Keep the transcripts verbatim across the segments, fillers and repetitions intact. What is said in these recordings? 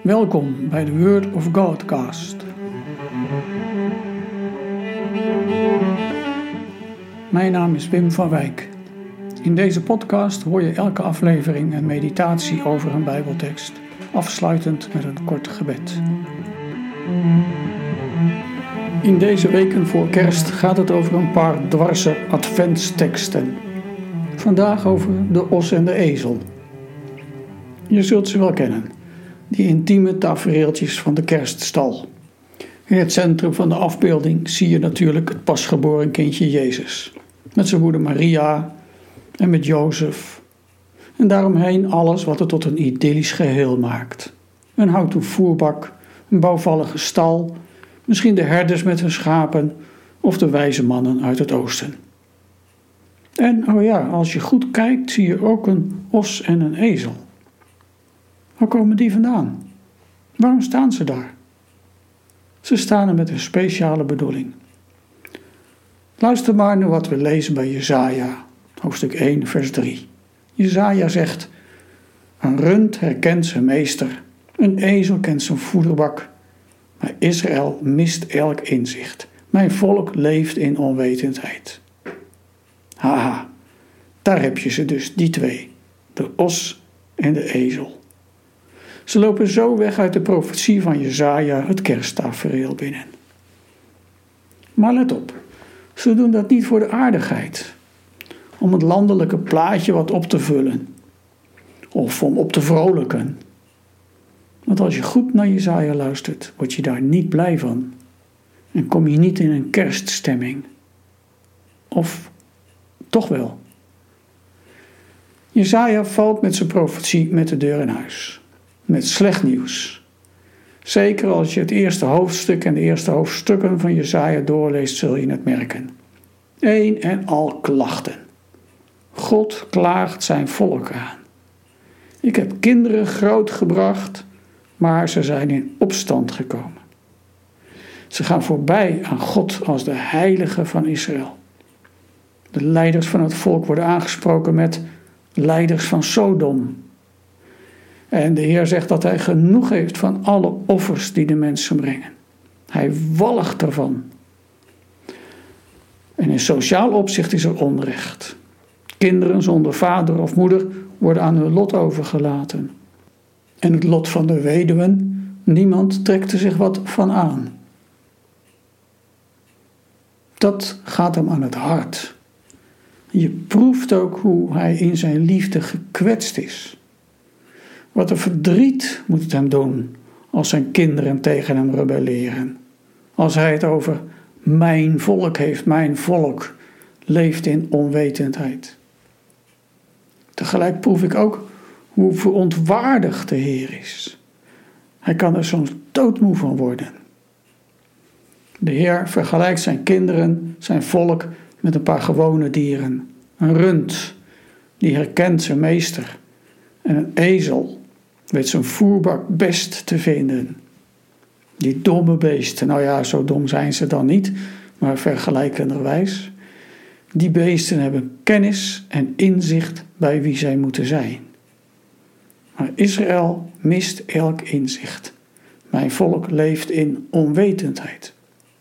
Welkom bij de Word of Godcast. Mijn naam is Wim van Wijk. In deze podcast hoor je elke aflevering een meditatie over een Bijbeltekst, afsluitend met een kort gebed. In deze weken voor kerst gaat het over een paar dwarse adventsteksten. Vandaag over de os en de ezel. Je zult ze wel kennen, die intieme tafereeltjes van de kerststal. In het centrum van de afbeelding zie je natuurlijk het pasgeboren kindje Jezus, met zijn moeder Maria en met Jozef. En daaromheen alles wat het tot een idyllisch geheel maakt. Een houten voerbak, een bouwvallige stal, misschien de herders met hun schapen of de wijze mannen uit het oosten. En oh ja, als je goed kijkt zie je ook een os en een ezel. Waar komen die vandaan? Waarom staan ze daar? Ze staan er met een speciale bedoeling. Luister maar naar wat we lezen bij Jesaja, hoofdstuk één, vers drie. Jesaja zegt: een rund herkent zijn meester, een ezel kent zijn voederbak, maar Israël mist elk inzicht. Mijn volk leeft in onwetendheid. Haha, daar heb je ze dus, die twee, de os en de ezel. Ze lopen zo weg uit de profetie van Jesaja het kersttafereel binnen. Maar let op, ze doen dat niet voor de aardigheid, om het landelijke plaatje wat op te vullen, of om op te vrolijken. Want als je goed naar Jesaja luistert, word je daar niet blij van en kom je niet in een kerststemming. Of toch wel. Jesaja valt met zijn profetie met de deur in huis. Met slecht nieuws. Zeker als je het eerste hoofdstuk en de eerste hoofdstukken van Jesaja doorleest, zul je het merken. Een en al klachten. God klaagt zijn volk aan. Ik heb kinderen grootgebracht, maar ze zijn in opstand gekomen. Ze gaan voorbij aan God als de heilige van Israël. De leiders van het volk worden aangesproken met leiders van Sodom. En de Heer zegt dat hij genoeg heeft van alle offers die de mensen brengen. Hij walgt ervan. En in sociaal opzicht is er onrecht. Kinderen zonder vader of moeder worden aan hun lot overgelaten. En het lot van de weduwen, niemand trekt er zich wat van aan. Dat gaat hem aan het hart. Je proeft ook hoe hij in zijn liefde gekwetst is. Wat een verdriet moet het hem doen als zijn kinderen tegen hem rebelleren. Als hij het over mijn volk heeft, mijn volk leeft in onwetendheid. Tegelijk proef ik ook hoe verontwaardigd de Heer is. Hij kan er soms doodmoe van worden. De Heer vergelijkt zijn kinderen, zijn volk, met een paar gewone dieren. Een rund, die herkent zijn meester. En een ezel weet zijn voerbak best te vinden. Die domme beesten, nou ja, zo dom zijn ze dan niet, maar vergelijkenderwijs. Die beesten hebben kennis en inzicht bij wie zij moeten zijn. Maar Israël mist elk inzicht. Mijn volk leeft in onwetendheid.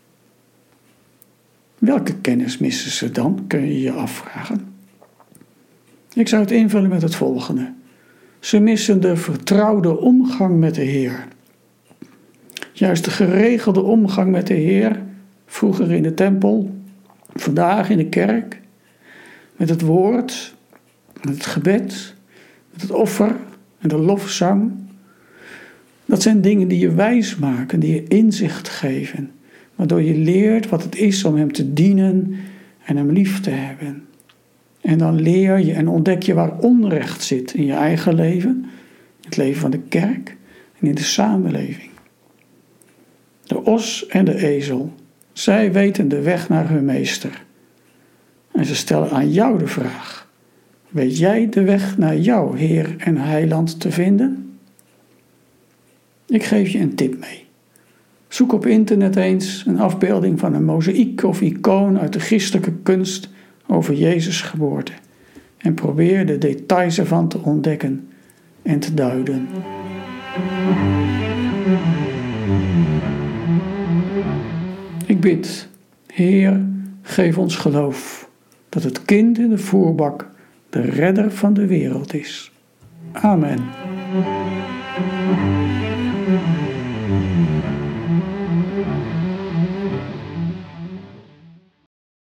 Welke kennis missen ze dan, kun je je afvragen. Ik zou het invullen met het volgende. Ze missen de vertrouwde omgang met de Heer. Juist de geregelde omgang met de Heer, vroeger in de tempel, vandaag in de kerk, met het woord, met het gebed, met het offer en de lofzang. Dat zijn dingen die je wijs maken, die je inzicht geven, waardoor je leert wat het is om hem te dienen en hem lief te hebben. En dan leer je en ontdek je waar onrecht zit in je eigen leven, in het leven van de kerk en in de samenleving. De os en de ezel, zij weten de weg naar hun meester. En ze stellen aan jou de vraag: weet jij de weg naar jouw Heer en Heiland te vinden? Ik geef je een tip mee. Zoek op internet eens een afbeelding van een mozaïek of icoon uit de christelijke kunst over Jezus' geboorte en probeer de details ervan te ontdekken en te duiden. Ik bid, Heer, geef ons geloof dat het kind in de voerbak de redder van de wereld is. Amen.